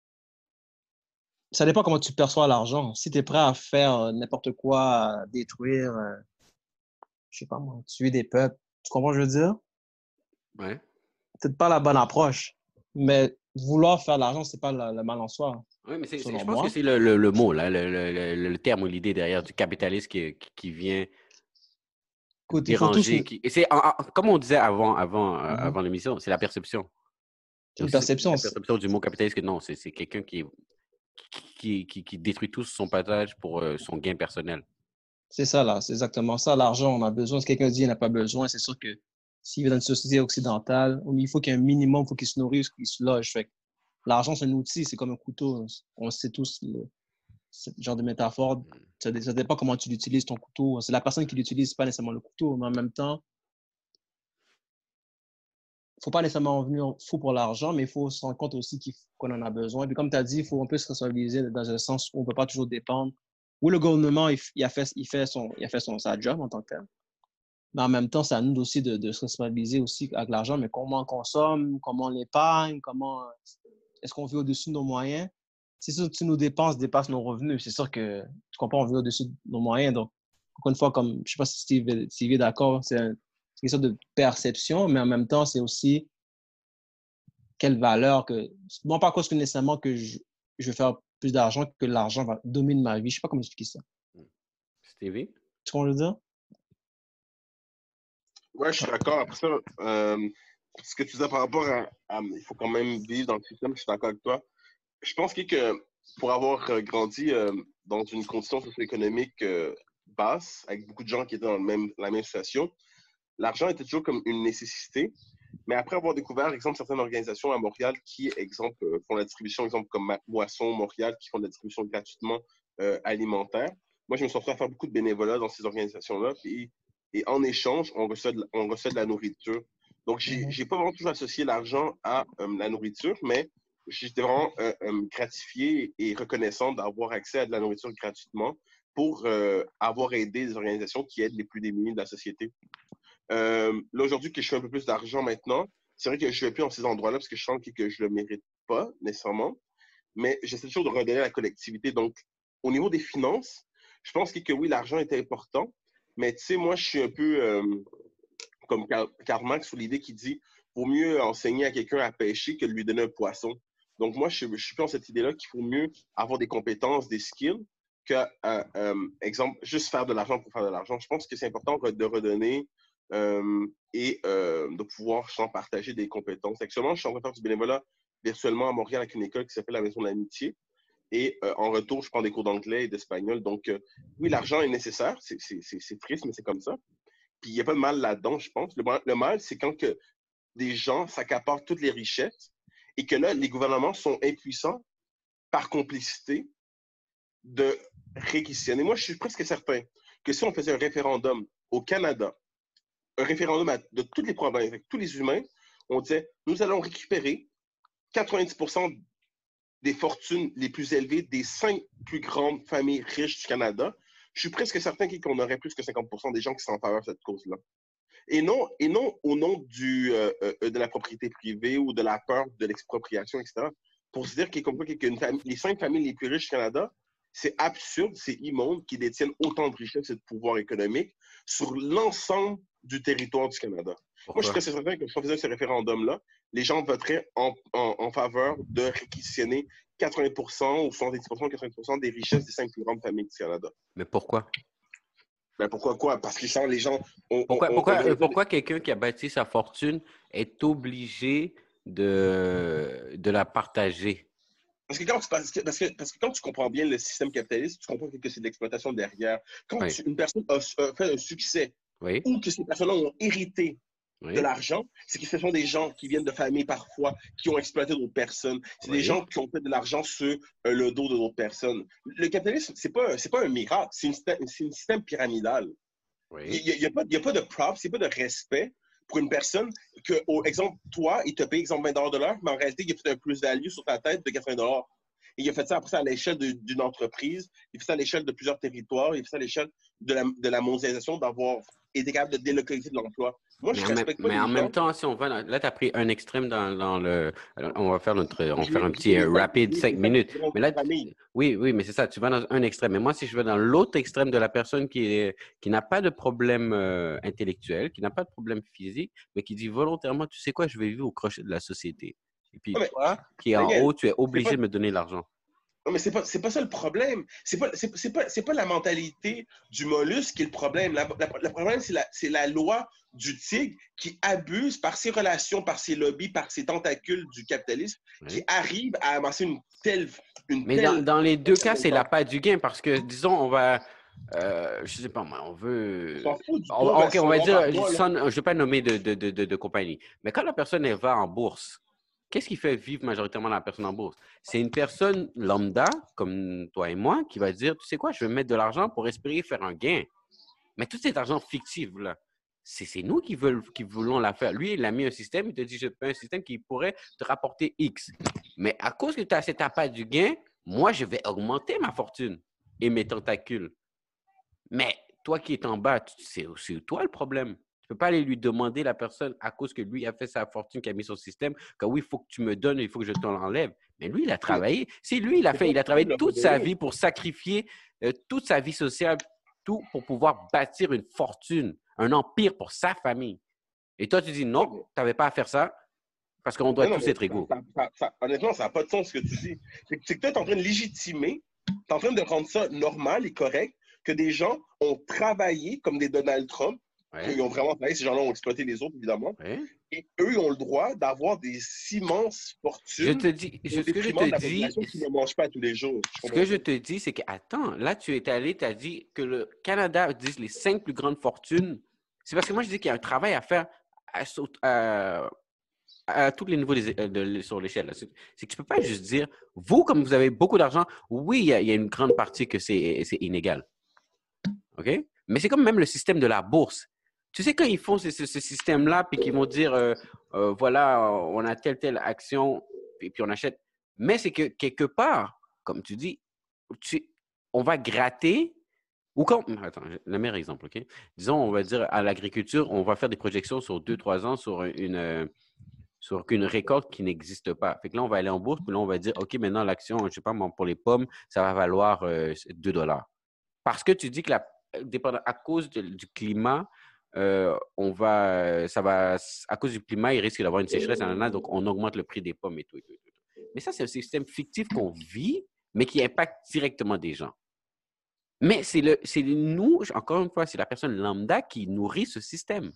ça dépend comment tu perçois l'argent. Si tu es prêt à faire n'importe quoi, à détruire, euh, je sais pas moi, tuer des peuples, tu comprends ce que je veux dire? Ouais. Peut-être pas la bonne approche, mais vouloir faire de l'argent, c'est pas le, le mal en soi, Oui, mais c'est, selon je pense que moi. c'est le, le, le mot, là, le, le, le terme ou l'idée derrière du capitalisme qui, qui, qui vient Écoute, il faut tous... déranger. Qui, et c'est, en, en, comme on disait avant, avant, euh, Mhm. avant l'émission, c'est la perception. C'est une Aussi, perception. la perception du mot capitaliste que non, c'est, c'est quelqu'un qui, qui, qui, qui détruit tout son partage pour euh, son gain personnel. C'est ça, là. C'est exactement ça. L'argent, on a besoin. Si quelqu'un dit qu'il n'a pas besoin, c'est sûr que s'il vit dans une société occidentale, il faut qu'il y ait un minimum, il faut qu'il se nourrisse, qu'il se loge. Fait que l'argent, c'est un outil, c'est comme un couteau. On sait tous le, ce genre de métaphore. Ça, ça dépend comment tu l'utilises, ton couteau. C'est la personne qui l'utilise, pas nécessairement le couteau, mais en même temps, il ne faut pas nécessairement venir fou pour l'argent, mais il faut se rendre compte aussi qu'il faut- qu'on en a besoin. Puis comme tu as dit, il faut un peu se responsabiliser dans un sens où on ne peut pas toujours dépendre. Où le gouvernement, il, il a fait, il fait, son, il a fait son, sa job en tant que tel. Mais en même temps, c'est à nous aussi de, de se responsabiliser aussi avec l'argent, mais comment on consomme, comment on l'épargne, comment est-ce qu'on vit au-dessus de nos moyens. C'est sûr que si nos dépenses dépassent nos revenus, c'est sûr que tu comprends, on vit au-dessus de nos moyens. Donc, encore une fois, comme je ne sais pas si Steve, Steve est d'accord, c'est un, une sorte de perception, mais en même temps, c'est aussi quelle valeur que. Non pas cause que nécessairement que je, je vais faire plus d'argent que l'argent va dominer ma vie. Je ne sais pas comment expliquer ça. Stevie? Tu comprends ce que je veux dire? Ouais, je suis d'accord. Après ça, euh, ce que tu disais par rapport à, à- il faut quand même vivre dans le système, je suis d'accord avec toi. Je pense que que pour avoir euh, grandi euh, dans une condition socio-économique euh, basse, avec beaucoup de gens qui étaient dans le même, la même situation, l'argent était toujours comme une nécessité, Mais après avoir découvert, exemple, certaines organisations à Montréal qui, exemple, euh, font la distribution, exemple, comme Ma- Moisson Montréal, qui font de la distribution gratuitement euh, alimentaire, moi, je me suis retrouvé à faire beaucoup de bénévolat dans ces organisations-là. Et, et en échange, on reçoit de, on reçoit de la nourriture. Donc, j'ai Mhm. j'ai pas vraiment toujours associé l'argent à euh, la nourriture, mais j'étais vraiment euh, euh, gratifié et reconnaissant d'avoir accès à de la nourriture gratuitement pour euh, avoir aidé des organisations qui aident les plus démunis de la société. Euh, là, aujourd'hui, que je fais un peu plus d'argent maintenant, c'est vrai que je ne vais plus dans ces endroits-là parce que je sens que, que je ne le mérite pas nécessairement, mais j'essaie toujours de redonner à la collectivité. Donc, au niveau des finances, je pense que, que oui, l'argent est important, mais tu sais, moi, je suis un peu euh, comme Karl, Karl Marx sous l'idée qui dit vaut mieux enseigner à quelqu'un à pêcher que de lui donner un poisson. Donc, moi, je, je suis plus dans cette idée-là qu'il faut mieux avoir des compétences, des skills, que, euh, euh, exemple, juste faire de l'argent pour faire de l'argent. Je pense que c'est important de redonner euh, et euh, de pouvoir genre, partager des compétences. Actuellement, je suis en train de faire du bénévolat virtuellement à Montréal avec une école qui s'appelle la Maison de l'Amitié. Et euh, en retour, je prends des cours d'anglais et d'espagnol. Donc, euh, oui, l'argent est nécessaire. C'est triste, mais c'est comme ça. Puis, il n'y a pas de mal là-dedans, je pense. Le, le mal, c'est quand que des gens s'accaparent toutes les richesses et que là, les gouvernements sont impuissants par complicité de réquisitionner. Moi, je suis presque certain que si on faisait un référendum au Canada, un référendum à, de toutes les provinces, avec tous les humains, on disait, nous allons récupérer quatre-vingt-dix pour cent des fortunes les plus élevées des cinq plus grandes familles riches du Canada. Je suis presque certain qu'on aurait plus que cinquante pour cent des gens qui sont en faveur de cette cause-là. Et non, et non au nom du, euh, euh, de la propriété privée ou de la peur de l'expropriation, et cetera. Pour se dire qu'il comme quoi, qu'une famille, les cinq familles les plus riches du Canada, c'est absurde, c'est immonde qu'ils détiennent autant de richesses et de pouvoir économique sur l'ensemble du territoire du Canada. Pourquoi? Moi, je suis très certain que si on faisait ce référendum-là, les gens voteraient en, en, en faveur de réquisitionner quatre-vingts pour cent ou soixante-dix pour cent, quatre-vingts pour cent des richesses des cinq plus grandes familles du Canada. Mais pourquoi? Ben pourquoi quoi? Parce que ça, les gens... On, pourquoi on, pourquoi, on pourquoi quelqu'un qui a bâti sa fortune est obligé de, de la partager? Parce que, quand, parce, que, parce, que, parce que quand tu comprends bien le système capitaliste, tu comprends que c'est de l'exploitation derrière. Quand oui. tu, une personne a, a fait un succès oui. ou que ces personnes-là ont hérité oui. de l'argent, c'est que ce sont des gens qui viennent de familles parfois qui ont exploité d'autres personnes. C'est oui. des gens qui ont fait de l'argent sur euh, le dos de d'autres personnes. Le capitalisme, c'est pas, c'est pas un miracle, c'est un système pyramidal. Oui. Il n'y a, a, a pas de props, il n'y a pas de respect pour une personne que, au exemple, toi, il te paye, exemple, vingt dollars de l'heure, mais en réalité, il a fait un plus-value sur ta tête de quatre-vingts dollars. Et il a fait ça après ça à l'échelle d'une entreprise, il fait ça à l'échelle de plusieurs territoires, il fait ça à l'échelle de la, de la mondialisation, d'avoir été capable de délocaliser de l'emploi. Moi, mais je en respecte même, pas mais les en gens. même temps, si on va dans, là, tu as pris un extrême dans, dans le. Alors, on va faire notre. On va faire un petit uh, rapide cinq minutes. Mais là, oui, oui, mais c'est ça. Tu vas dans un extrême. Mais moi, si je vais dans l'autre extrême de la personne qui est qui n'a pas de problème euh, intellectuel, qui n'a pas de problème physique, mais qui dit volontairement, tu sais quoi, je vais vivre au crochet de la société. Et puis mais, toi, qui est en Daniel, haut, tu es obligé pas... de me donner l'argent. Non, mais c'est pas, c'est pas ça le problème. C'est pas, c'est, c'est pas, c'est pas la mentalité du mollusque qui est le problème. La, la, le problème, c'est la, c'est la loi du tigre qui abuse par ses relations, par ses lobbies, par ses tentacules du capitalisme, oui. qui arrive à amasser une telle... Une mais telle... dans, dans les deux cas, c'est l'appât du gain parce que, disons, on va... Euh, je sais pas moi, on veut... On s'en fout du on, OK, on va dire, mois, je ne vais pas nommer de, de, de, de, de compagnie, mais quand la personne elle va en bourse, qu'est-ce qui fait vivre majoritairement la personne en bourse? C'est une personne lambda, comme toi et moi, qui va dire, tu sais quoi, je vais mettre de l'argent pour espérer faire un gain. Mais tout cet argent fictif, là, c'est nous qui, veulent, qui voulons la faire. Lui, il a mis un système, il te dit, je fais un système qui pourrait te rapporter X. Mais à cause que tu as cet appât du gain, moi, je vais augmenter ma fortune et mes tentacules. Mais toi qui es en bas, c'est toi le problème. Tu ne peux pas aller lui demander la personne à cause que lui a fait sa fortune, qui a mis son système, que oui, il faut que tu me donnes, il faut que je t'en enlève. Mais lui, il a travaillé. Si lui, il a fait, il a travaillé toute sa vie pour sacrifier euh, toute sa vie sociale, tout pour pouvoir bâtir une fortune, un empire pour sa famille. Et toi, tu dis non, tu n'avais pas à faire ça parce qu'on doit non, tous être égaux. Ça, ça, ça, honnêtement, ça n'a pas de sens ce que tu dis. C'est que, que toi, tu es en train de légitimer, tu es en train de rendre ça normal et correct que des gens ont travaillé comme des Donald Trump, ouais. Ils ont vraiment travaillé, ces gens-là ont exploité les autres, évidemment, ouais. Et eux, ils ont le droit d'avoir des immenses fortunes. Je te dis, je, ce que je te dis, qui ne mangent pas tous les jours. Ce que je te dis, c'est que, attends, là, tu es allé, tu as dit que le Canada dit les cinq plus grandes fortunes. C'est parce que moi, je dis qu'il y a un travail à faire à, à, à, à tous les niveaux des, de, sur l'échelle. Là. C'est, c'est que tu peux pas juste dire, vous, comme vous avez beaucoup d'argent, oui, il y, a, il y a une grande partie que c'est, c'est inégal. OK? Mais c'est comme même le système de la bourse. Tu sais, quand ils font ce, ce, ce système-là, puis qu'ils vont dire, euh, euh, voilà, on a telle, telle action, puis, puis on achète. Mais c'est que quelque part, comme tu dis, tu, on va gratter. Ou quand, attends, le meilleur exemple, OK? Disons, on va dire à l'agriculture, on va faire des projections sur deux, trois ans sur une, sur une récolte qui n'existe pas. Fait que là, on va aller en bourse, puis là, on va dire, OK, maintenant, l'action, je ne sais pas, pour les pommes, ça va valoir euh, deux dollars. Parce que tu dis que la, à cause de, du climat, euh, on va, ça va, à cause du climat, il risque d'avoir une sécheresse, donc on augmente le prix des pommes et tout. Et tout, et tout. Mais ça, c'est un système fictif qu'on vit, mais qui impacte directement des gens. Mais c'est, le, c'est nous, encore une fois, c'est la personne lambda qui nourrit ce système.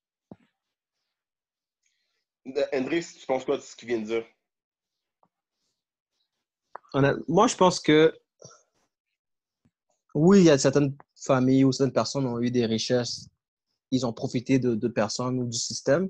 André, tu penses quoi de ce qu'il vient de dire? Moi, je pense que oui, il y a certaines familles ou certaines personnes ont eu des richesses. Ils ont profité de, de personnes ou du système.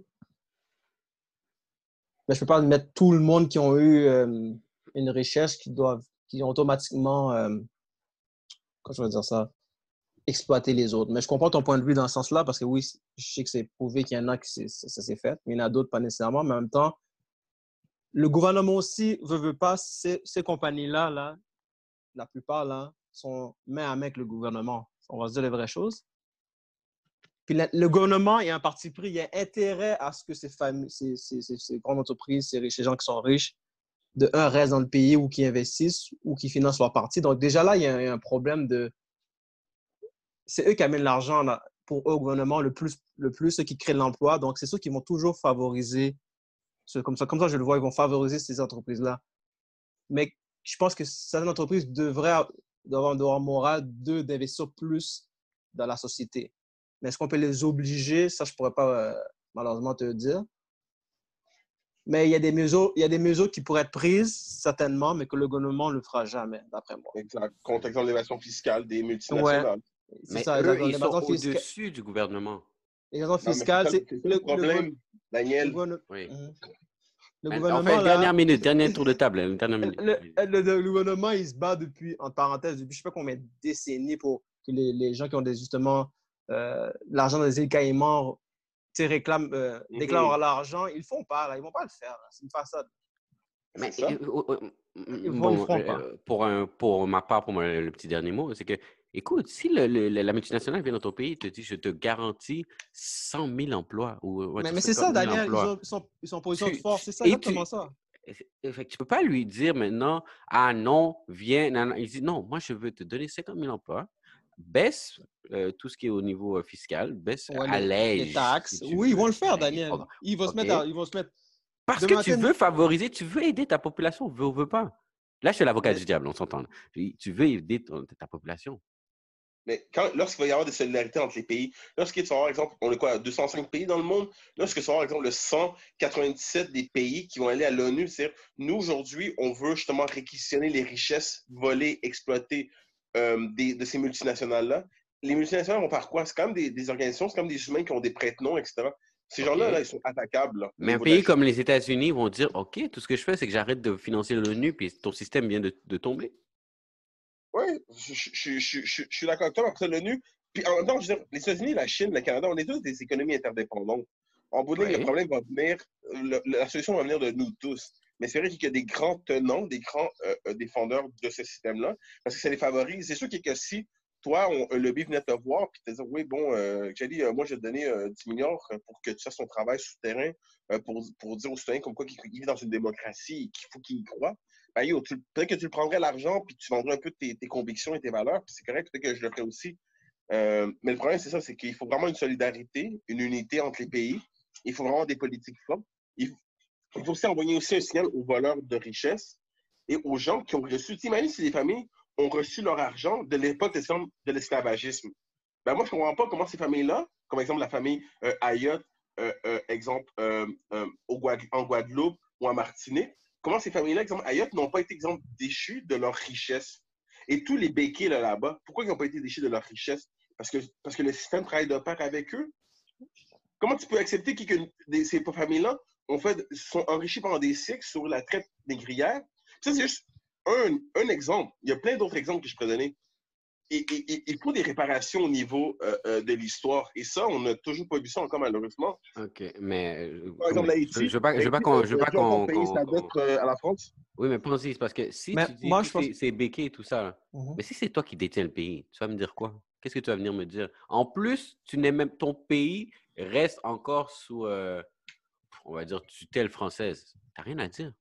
Mais je ne peux pas mettre tout le monde qui ont eu euh, une richesse qui doivent, qui ont automatiquement, euh, comment je vais dire ça, exploiter les autres. Mais je comprends ton point de vue dans ce sens-là parce que oui, je sais que c'est prouvé qu'il y en a qui c'est, ça, ça s'est fait, mais il y en a d'autres pas nécessairement. Mais en même temps, le gouvernement aussi veut, veut pas, ces, ces compagnies-là, là, la plupart, là, sont main à main avec le gouvernement. On va se dire les vraies choses. Puis le, le gouvernement, il y a un parti pris, il y a intérêt à ce que ces familles, ces, ces, ces, ces grandes entreprises, ces, riches, ces gens qui sont riches, de un, restent dans le pays ou qui investissent ou qui financent leur parti. Donc déjà là, il y a un, il y a un problème de... C'est eux qui amènent l'argent là, pour eux au gouvernement le plus, le plus, ceux qui créent de l'emploi. Donc c'est ceux qui vont toujours favoriser, comme ça, comme ça je le vois, ils vont favoriser ces entreprises-là. Mais je pense que certaines entreprises devraient avoir un devoir moral de, d'investir plus dans la société. Mais est-ce qu'on peut les obliger? Ça, je ne pourrais pas euh, malheureusement te le dire. Mais il y a des mesures, il y a des mesures qui pourraient être prises, certainement, mais que le gouvernement ne le fera jamais, d'après moi. Exact. Contre exemple l'évasion fiscale des multinationales. Ouais, c'est mais ça, eux, exactement. ils sont au-dessus fiscal... du gouvernement. L'évasion fiscale, c'est, c'est, c'est le, le problème, le, Daniel. Le, gouvernement, oui. le Mais gouvernement, enfin, là, dernière minute, dernier tour de table. Dernière minute. Le, le, le, le gouvernement, il se bat depuis, en parenthèse, depuis je ne sais pas combien de décennies pour que les, les gens qui ont des, justement euh, l'argent des îles Caïmans réclament, euh, mm-hmm. déclarent l'argent. Ils ne le font pas, là. Ils ne vont pas le faire. Là. C'est une façade. Mais, c'est ça. Euh, euh, ils bon, le feront pas. Euh, pour, un, pour ma part, pour moi, le petit dernier mot, c'est que, écoute, si le, le, la multinationale vient dans ton pays et te dit, je te garantis cent mille emplois. Ou, ouais, mais mais c'est ça, Daniel. Ils, ont, ils, sont, ils sont en position tu, de force. C'est ça, exactement tu, ça. Fait que tu ne peux pas lui dire maintenant, ah non, viens. Non, non. Il dit, non, moi, je veux te donner cinquante mille emplois. Baisse euh, tout ce qui est au niveau euh, fiscal, baisse, ouais, allège. Les, les taxes. Si oui, ils vont le faire, Daniel. Ils vont, okay. se mettre à, ils vont se mettre. Parce que tu veux favoriser, tu veux aider ta population, veux ou veux pas. Là, je suis l'avocat mais... du diable, on s'entend. Tu veux aider ton, ta population. Mais quand, lorsqu'il va y avoir des solidarités entre les pays, lorsqu'il va y avoir, par exemple, on est quoi, deux cent cinq pays dans le monde, lorsqu'il va y avoir, par exemple, le cent quatre-vingt-dix-sept des pays qui vont aller à l'ONU, c'est-à-dire, nous, aujourd'hui, on veut justement réquisitionner les richesses volées, exploitées euh, des, de ces multinationales-là. Les multinationales vont par quoi? C'est quand même des, des organisations, c'est comme des humains qui ont des prête-noms, et cetera. Ces okay. gens-là, là, ils sont attaquables. Là, mais un pays comme les États-Unis vont dire, OK, tout ce que je fais, c'est que j'arrête de financer l'ONU, puis ton système vient de, de tomber. Oui, je, je, je, je, je suis d'accord avec toi. Après l'ONU, puis en même temps, je veux dire, les États-Unis, la Chine, le Canada, on est tous des économies interdépendantes. En bout de ligne, ouais. le problème va venir, le, la solution va venir de nous tous. Mais c'est vrai qu'il y a des grands tenants, des grands euh, défendeurs de ce système-là, parce que ça les favorise. C'est sûr que si toi, on, un lobby venait te voir, puis te dire, oui, bon, euh, Jelly, euh, moi, je vais te donner euh, dix millions pour que tu fasses ton travail souterrain, euh, pour, pour dire aux citoyens comme quoi qu'il vit dans une démocratie et qu'il faut qu'il y croit. Ben, yo, tu, peut-être que tu le prendrais l'argent, puis tu vendrais un peu tes, tes convictions et tes valeurs, puis c'est correct, peut-être que je le ferais aussi. Euh, mais le problème, c'est ça, c'est qu'il faut vraiment une solidarité, une unité entre les pays. Il faut vraiment des politiques fortes. Il faut, il faut aussi envoyer aussi un signal aux voleurs de richesse et aux gens qui ont reçu. T'imagines si les familles ont reçu leur argent de l'époque de l'esclavagisme. Ben moi, je ne comprends pas comment ces familles-là, comme exemple la famille euh, Ayotte, euh, euh, exemple euh, euh, au Guad- en Guadeloupe ou en Martinique, comment ces familles-là, exemple Ayotte, n'ont pas été exemple déchus de leur richesse. Et tous les béquets là, là-bas, pourquoi ils n'ont pas été déchus de leur richesse? Parce que, parce que le système travaille de pair avec eux. Comment tu peux accepter que, que ces familles-là ont fait, sont enrichis pendant des siècles sur la traite négrière. Ça, c'est juste un, un exemple. Il y a plein d'autres exemples que je pourrais donner. Et, et, et, il faut des réparations au niveau euh, euh, de l'histoire. Et ça, on n'a toujours pas vu ça encore, malheureusement. OK, mais... Par exemple, mais l'Haïti, je veux pas, je veux pas qu'on... Je veux pas L'Haïti a encore qu'on... payé qu'on- sa dette qu'on- euh, à la France. Oui, mais pense-y, c'est parce que si Mais tu dis moi, tout je pense... c'est c'est béqué et tout ça, là, Mhm. mais si c'est toi qui détiens le pays, tu vas me dire quoi? Qu'est-ce que tu vas venir me dire? En plus, tu n'es même... Ton pays reste encore sous, euh, on va dire, tutelle française. T'as rien à dire.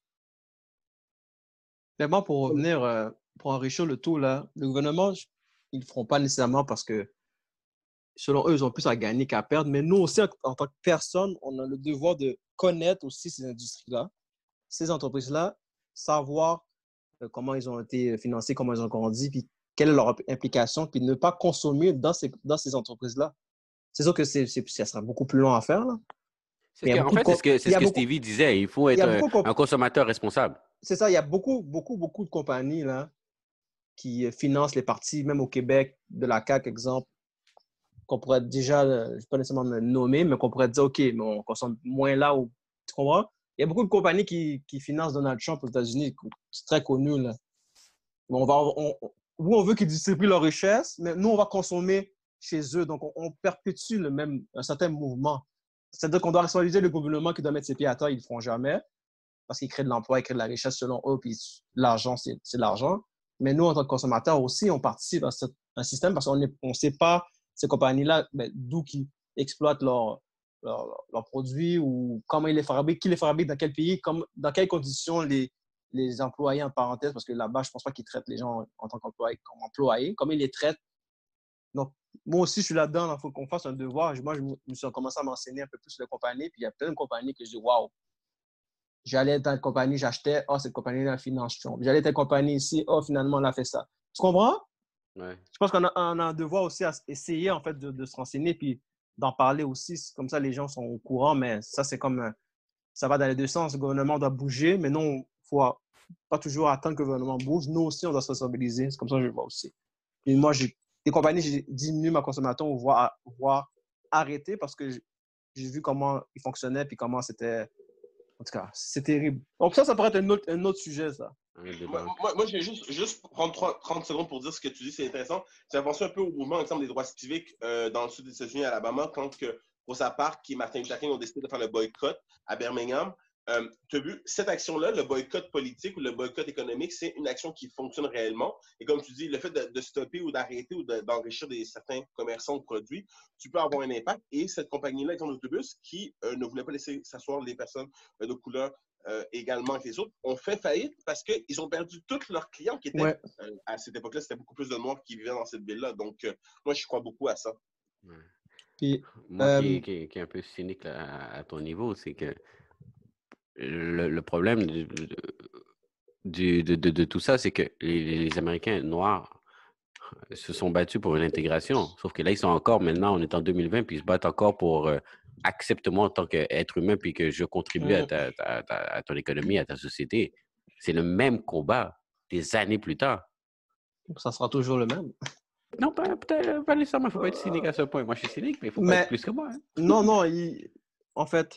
Mais moi, pour revenir, euh, pour enrichir le tout, là, le gouvernement, je- ils ne le feront pas nécessairement parce que, selon eux, ils ont plus à gagner qu'à perdre. Mais nous aussi, en, en tant que personne, on a le devoir de connaître aussi ces industries-là, ces entreprises-là, savoir euh, comment ils ont été financés, comment ils ont grandi, puis quelle est leur implication, puis ne pas consommer dans ces, dans ces entreprises-là. C'est sûr que c'est, c'est- ça sera beaucoup plus long à faire, là. C'est Mais ce il y que, a en beaucoup de, fait, c'est ce co- que, il c'est y ce a que beaucoup, Stevie disait. Il faut il y être a un, beaucoup, de un consommateur responsable. c'est ça, il y a beaucoup, beaucoup, beaucoup de compagnies, là, qui financent les partis, même au Québec, de la C A Q, exemple, qu'on pourrait déjà, euh, je ne vais pas nécessairement le nommer, mais qu'on pourrait dire, OK, mais on consomme moins là. Où, tu comprends? Il y a beaucoup de compagnies qui, qui financent Donald Trump aux États-Unis. C'est très connu, là. On va, on, on, oui, on veut qu'ils distribuent leur richesse, mais nous, on va consommer chez eux. Donc, on, on perpétue le même, un certain mouvement. C'est-à-dire qu'on doit responsabiliser le gouvernement qui doit mettre ses pieds à terre, ils ne le feront jamais, parce qu'ils créent de l'emploi, ils créent de la richesse selon eux, puis l'argent, c'est, c'est de l'argent. Mais nous, en tant que consommateurs aussi, on participe à ce, un système parce qu'on ne on sait pas, ces compagnies-là, ben, d'où ils exploitent leurs leur, leur produits ou comment ils les fabriquent, qui les fabrique, dans quel pays, comme, dans quelles conditions les, les employés, en parenthèse, parce que là-bas, je ne pense pas qu'ils traitent les gens en tant qu'employés comme employés, comment ils les traitent. Donc, moi aussi, je suis là-dedans, il faut qu'on fasse un devoir. Moi, je me suis commencé à m'enseigner un peu plus sur les compagnies, puis il y a plein de compagnies que je dis, waouh, j'allais dans une compagnie, j'achetais, oh, cette compagnie-là finance Trump. J'allais dans une compagnie ici, oh, finalement, on a fait ça. Tu comprends? Ouais. Je pense qu'on a, on a un devoir aussi à essayer, en fait, de, de se renseigner puis d'en parler aussi. Comme ça, les gens sont au courant, mais ça, c'est comme, ça va dans les deux sens. Le gouvernement doit bouger, mais non, il ne faut pas toujours attendre que le gouvernement bouge. Nous aussi, on doit se responsabiliser. C'est comme ça que je le vois aussi. Et moi, j'ai, les compagnies, j'ai diminué ma consommation, voire, voire arrêter parce que j'ai vu comment ils fonctionnaient puis comment c'était. En tout cas, c'est terrible. Donc ça, ça pourrait être un autre, un autre sujet, ça. Moi, moi, moi, je vais juste, juste prendre trente secondes pour dire ce que tu dis, c'est intéressant. Ça avance un peu au mouvement, exemple, des droits civiques euh, dans le sud des États-Unis, à Alabama, quand que Rosa Parks et Martin Luther King ont décidé de faire le boycott à Birmingham. Euh, tu as vu, cette action-là, le boycott politique ou le boycott économique, c'est une action qui fonctionne réellement. Et comme tu dis, le fait de, de stopper ou d'arrêter ou de, d'enrichir des, certains commerçants ou produits, tu peux avoir un impact. Et cette compagnie-là, exemple d'autobus, qui euh, ne voulait pas laisser s'asseoir les personnes euh, de couleur euh, également que les autres, ont fait faillite parce qu'ils ont perdu tous leurs clients qui étaient, ouais. euh, à cette époque-là, c'était beaucoup plus de Noirs qui vivaient dans cette ville-là. Donc, euh, moi, je crois beaucoup à ça. Ouais. Puis, moi euh, qui, qui, qui est un peu cynique là, à, à ton niveau, c'est que le, le problème de, de, de, de, de tout ça, c'est que les, les Américains noirs se sont battus pour une intégration. Sauf que là, ils sont encore, maintenant, on est en deux mille vingt, puis ils se battent encore pour euh, accepte-moi en tant qu'être humain, puis que je contribue à, ta, ta, ta, à ton économie, à ta société. C'est le même combat des années plus tard. Ça sera toujours le même. Non, pas, peut-être, pas nécessairement. Il ne faut pas être cynique à ce point. Moi, je suis cynique, mais il ne faut mais, pas être plus que moi. Hein. Non, non. Il, en fait,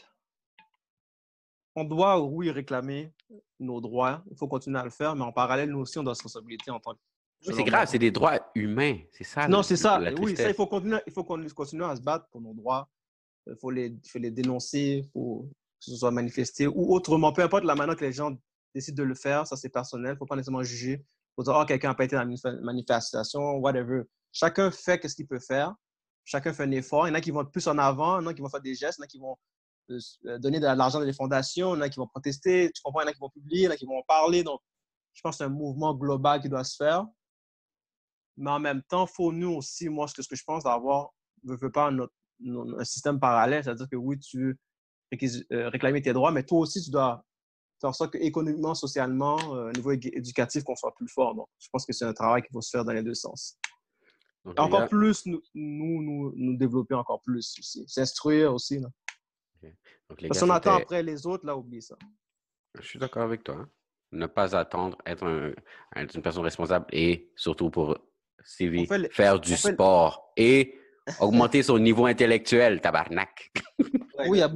on doit, oui, réclamer nos droits. Il faut continuer à le faire, mais en parallèle, nous aussi, on doit se responsabiliser en tant que... Oui, c'est grave, c'est des droits humains. C'est ça. Non, c'est ça. La oui, ça, il faut continuer, il faut continuer à se battre pour nos droits. Il faut les, faut les dénoncer, il faut que ce soit manifesté ou autrement. Peu importe la manière que les gens décident de le faire, ça, c'est personnel. Il ne faut pas nécessairement juger. Il faut dire, oh, quelqu'un n'a pas été dans la manifestation, whatever. Chacun fait ce qu'il peut faire. Chacun fait un effort. Il y en a qui vont être plus en avant, il y en a qui vont faire des gestes, il y en a qui vont donner de l'argent dans les fondations, il y en a qui vont protester, tu comprends, il y en a qui vont publier, il y en a qui vont parler. Donc, je pense que c'est un mouvement global qui doit se faire. Mais en même temps, il faut nous aussi, moi, ce que, ce que je pense, d'avoir, ne veux pas notre, notre, un système parallèle, c'est-à-dire que oui, tu veux euh, réclamer tes droits, mais toi aussi, tu dois faire en sorte qu'économiquement, socialement, euh, au niveau éducatif, qu'on soit plus fort. Donc, je pense que c'est un travail qu'il faut se faire dans les deux sens. Donc, encore gars... plus, nous, nous, nous, nous développer encore plus aussi. S'instruire aussi. Là. Okay. Donc, les Parce qu'on attend après les autres, là, oublie ça. Je suis d'accord avec toi. Hein? Ne pas attendre, être, un, être une personne responsable et surtout pour Stevie, les... faire du sport les... et augmenter son niveau intellectuel, tabarnak. Oui, il y a beaucoup,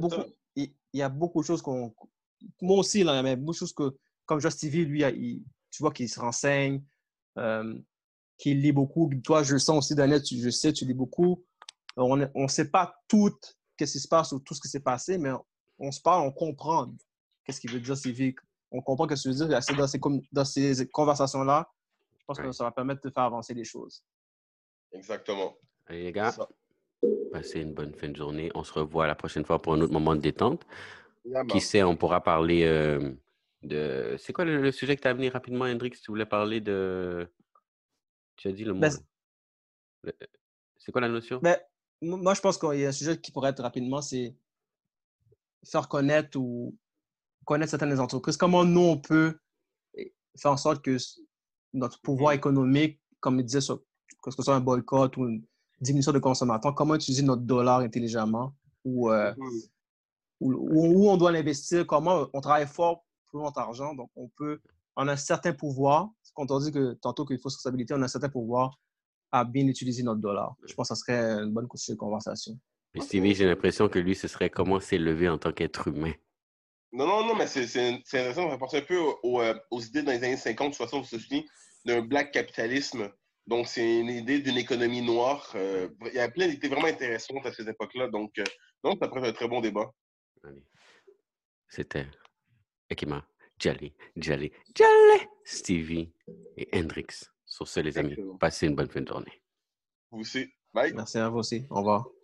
il, il y a beaucoup de choses qu'on... Moi aussi, là, mais beaucoup de choses que, comme Just Stevie, lui, il, tu vois qu'il se renseigne, euh, qu'il lit beaucoup. Toi, je le sens aussi, Daniel, tu, je sais, tu lis beaucoup. On ne sait pas tout ce qui se passe ou tout ce qui s'est passé, mais on, on se parle, on comprend qu'est-ce qu'il veut dire, Stevie. On comprend ce que je veux dire. Dans ces, dans ces conversations-là, je pense Ouais. que ça va permettre de faire avancer les choses. Exactement. Allez, les gars, Ça. passez une bonne fin de journée. On se revoit la prochaine fois pour un autre moment de détente. Yeah, Qui sait, on pourra parler euh, de... C'est quoi le, le sujet que tu as amené rapidement, Hendrix? Tu voulais parler de... Tu as dit le mot, Ben, là. Le- C'est quoi la notion? ben, moi, je pense qu'il y a un sujet qui pourrait être rapidement, c'est faire connaître ou connaître certaines entreprises. Comment nous, on peut faire en sorte que notre pouvoir Mhm. économique, comme il disait, sur, que ce soit un boycott ou une diminution de consommateurs, comment utiliser notre dollar intelligemment ou, euh, Mhm. où, où on doit l'investir, comment on travaille fort pour notre argent. Donc, on peut, on a un certain pouvoir. Quand on dit que tantôt qu'il faut stabilité, on a un certain pouvoir à bien utiliser notre dollar. Je pense que ça serait une bonne de conversation. Puis Ok. Stevie, j'ai l'impression que lui, ce serait comment s'élever en tant qu'être humain. Non, non, non, mais c'est c'est- c'est intéressant. Ça pense un peu aux, aux, euh, aux idées dans les années cinquante, soixante aux États-Unis d'un black capitalisme. Donc, c'est une idée d'une économie noire. Euh, il y a plein d'idées vraiment intéressantes à cette époque-là. Donc, euh, donc, ça pourrait être un très bon débat. Allez. C'était Ekima, Jelly, Jelly, Jelly, Stevie et Hendrix. Sur ce, les amis, Excellent. passez une bonne fin de journée. Vous aussi. Bye. Merci à vous aussi. Au revoir.